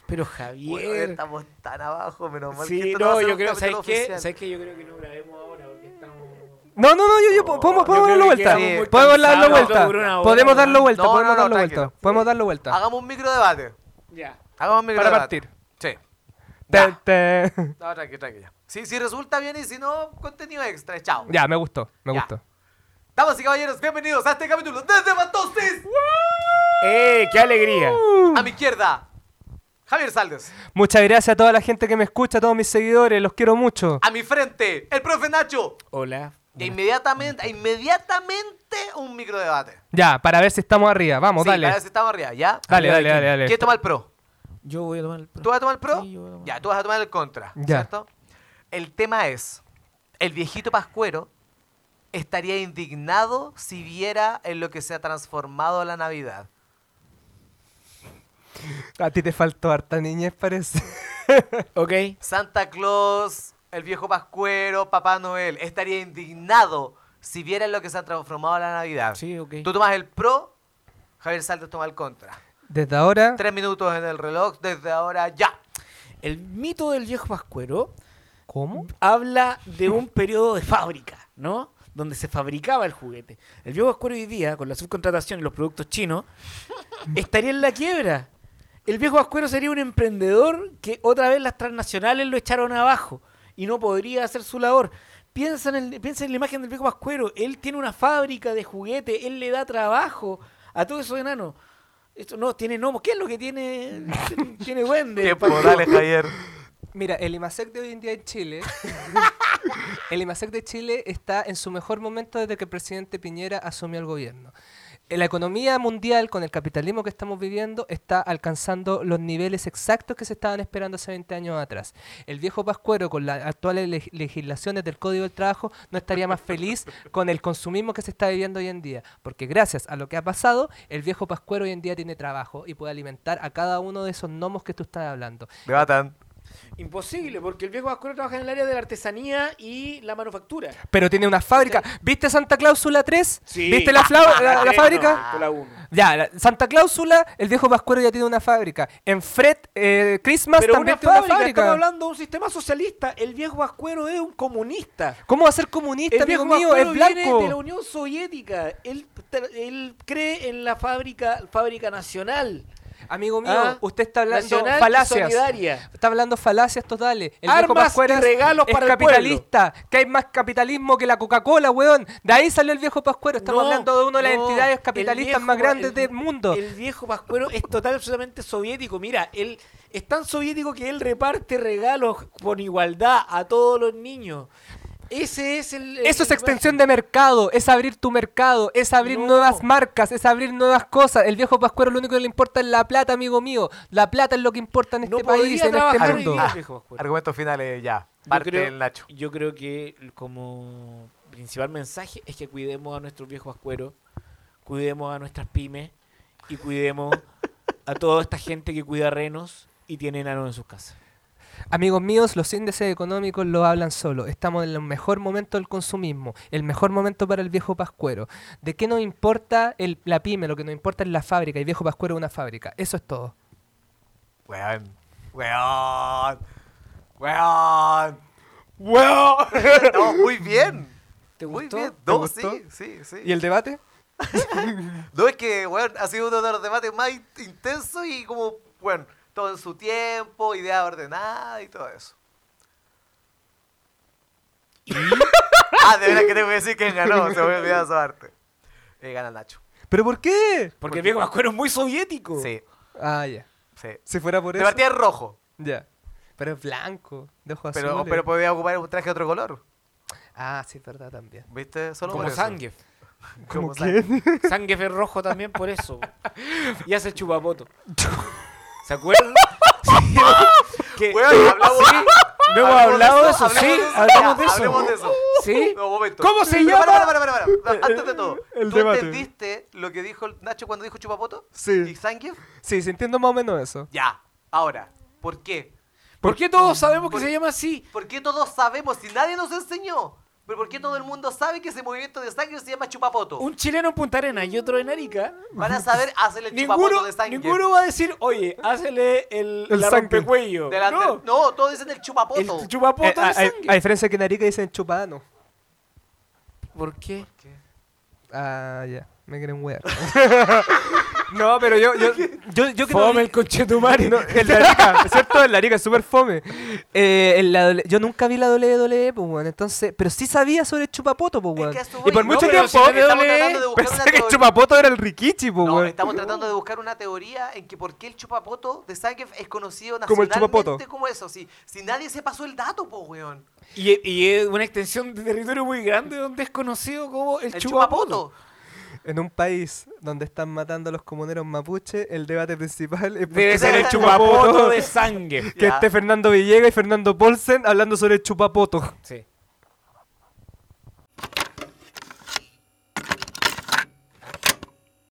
Pero Weón, Javier... estamos tan abajo, menos mal que Sí, esto no, va a ser yo un creo, capítulo ¿sabes qué? oficial. ¿Sabes qué? Yo creo que no grabemos ahora porque estamos... No, podemos creo darlo que vuelta. quedamos muy Podemos darlo cansados, vuelta. duró una hora, Podemos darlo weón. vuelta, No, podemos no, darlo tranquilo. vuelta. Podemos darlo vuelta. Hagamos un micro debate. Ya. Hagamos un micro Para debate. partir. Sí. No, tranquilo, ya. Si resulta bien y si no, contenido extra. Chao. Ya, me gustó. Ya. Damas y caballeros, bienvenidos a este capítulo desde Matostis. ¡Qué alegría! A mi izquierda, Javier Saldes. Muchas gracias a toda la gente que me escucha, a todos mis seguidores, los quiero mucho. A mi frente, el profe Nacho. Hola. E inmediatamente un micro debate. Ya, para ver si estamos arriba. Vamos, Sí, dale. para ver si estamos arriba, ¿ya? Dale. ¿Quién toma el pro? Yo voy a tomar el pro. ¿Tú vas a tomar el pro? Sí, yo voy a tomar. Ya, tú vas a tomar el contra, Ya. ¿cierto? El tema es, el viejito Pascuero estaría indignado si viera en lo que se ha transformado la Navidad. A ti te faltó harta niñez, parece. Ok. Santa Claus, el viejo Pascuero, Papá Noel, estaría indignado si viera en lo que se ha transformado la Navidad. Sí, ok. Tú tomas el pro, Javier Saldes toma el contra. Desde ahora... 3 minutos en el reloj, desde ahora ya. El mito del viejo Pascuero ¿Cómo? habla de un periodo de fábrica, ¿no? Donde se fabricaba el juguete. El viejo Pascuero hoy día, con la subcontratación y los productos chinos, estaría en la quiebra. El viejo Pascuero sería un emprendedor que otra vez las transnacionales lo echaron abajo y no podría hacer su labor. Piensa en la imagen del viejo Pascuero. Él tiene una fábrica de juguetes, él le da trabajo a todos esos enanos. Esto no tiene gnomos. ¿Qué es lo que tiene? Tiene duende. Tiempo, dale, Javier. Mira, el IMASEC de hoy en día en Chile... el IMASEC de Chile está en su mejor momento desde que el presidente Piñera asumió el gobierno. La economía mundial, con el capitalismo que estamos viviendo, está alcanzando los niveles exactos que se estaban esperando hace 20 años atrás. El viejo Pascuero, con las actuales legislaciones del Código del Trabajo, no estaría más feliz con el consumismo que se está viviendo hoy en día. Porque gracias a lo que ha pasado, el viejo Pascuero hoy en día tiene trabajo y puede alimentar a cada uno de esos gnomos que tú estás hablando. Debatan. Imposible, porque el viejo Pascuero trabaja en el área de la artesanía y la manufactura. Pero tiene una fábrica. ¿Viste Santa Cláusula 3? Sí. ¿Viste la fábrica? No, la 1. Ya, Santa Cláusula, el viejo Pascuero ya tiene una fábrica. En Fred Christmas Pero también una tiene una fábrica, fábrica. estamos hablando de un sistema socialista. El viejo Pascuero es un comunista. ¿Cómo va a ser comunista, El amigo viejo mío? Pascuero Es viene blanco. de la Unión Soviética. Él cree en la fábrica nacional. Amigo mío, Ah, usted está hablando nacional y falacias. solidaria. Está hablando falacias totales. El viejo Armas Pascuero y regalos es para el capitalista. Que hay más capitalismo que la Coca-Cola, weón. De ahí salió el viejo Pascuero. Estamos No, hablando de una de las no, entidades el capitalistas viejo más grandes el- del mundo. El viejo Pascuero es absolutamente soviético. Mira, él es tan soviético que él reparte regalos con igualdad a todos los niños. Ese es Eso es extensión de mercado, es abrir tu mercado, es abrir No. nuevas marcas, es abrir nuevas cosas. El viejo Pascuero lo único que le importa es la plata, amigo mío. La plata es lo que importa en este No país, podría en este trabajar mundo. hoy día el viejo Pascuero. Argumentos finales ya. Yo Parte creo- el Nacho. Yo creo que como principal mensaje es que cuidemos a nuestros viejos Pascueros, cuidemos a nuestras pymes y cuidemos a toda esta gente que cuida renos y tiene enanos en sus casas. Amigos míos, los índices económicos lo hablan solo. Estamos en el mejor momento del consumismo, el mejor momento para el viejo Pascuero. ¿De qué nos importa la pyme? Lo que nos importa es la fábrica, y viejo Pascuero es una fábrica. Eso es todo. Weón. No, muy bien. ¿Te Muy gustó? bien. ¿Te No, gustó? sí. ¿Y el debate? No, es que, weón, ha sido uno de los debates más intensos y como, bueno, todo en su tiempo, idea ordenada y todo eso. De verdad que tengo que decir quién ganó, se me había olvidado esa parte. Gana Nacho. ¿Pero por qué? Porque el viejo Pascuero es muy soviético. Sí, Ah, ya. sí. Si fuera por De eso. partida es rojo, Ya. Pero es blanco, de ojos pero azules. podía ocupar un traje de otro color. Ah, sí, es verdad también. ¿Viste? Solo Como por eso. Zangief. Como quién? Zangief es rojo también por eso. Y hace el chupapoto. ¿Se acuerdan? Sí, que- Weón, hablamos, ¿No hemos hablado de eso? Sí, hablamos Ya, de eso. Hablemos de eso. ¿Sí? No, momento. ¿Cómo se Pero llama? para. Antes de todo, El ¿tú debate. entendiste lo que dijo el Nacho cuando dijo chupapoto? Sí. ¿Y Zangief? Sí, sí, entiendo más o menos eso. Ya. Ahora, ¿por qué? ¿Por qué todos sabemos que se llama así? ¿Por qué todos sabemos si nadie nos enseñó? Pero ¿por qué todo el mundo sabe que ese movimiento de sangre se llama chupapoto? Un chileno en Punta Arenas y otro en Arica. Van a saber hacerle el chupapoto de sangre. Ninguno va a decir, oye, hácele la sangre. rompecuello. No, todos dicen el chupapoto. El chupapoto de a sangre. diferencia que en Arica dicen chupano. ¿Por qué? Ah, ya. Me quieren wear. No, pero yo que Fome no, el conchetumare. no, el de Arica, ¿es cierto? El de Arica es súper fome. Yo nunca vi la WWE, pues, weón. Entonces, pero sí sabía sobre el chupapoto, pues, weón. Es que a eso Y voy. por No, mucho pero tiempo si la Estamos WWE tratando de buscar una pensé que el teoría. chupapoto era el Rikichi, pues, No, weón. estamos tratando de buscar una teoría en que por qué el chupapoto de sangre es conocido Como el nacionalmente chupapoto. como eso. Si nadie se pasó el dato, po, weón. Y es una extensión de territorio muy grande donde es conocido como el El chupapoto. chupapoto. En un país donde están matando a los comuneros mapuche, el debate principal es por Debe qué ser el el chupapoto de sangre. que Ya. esté Fernando Villegas y Fernando Polsen hablando sobre el chupapoto. Sí.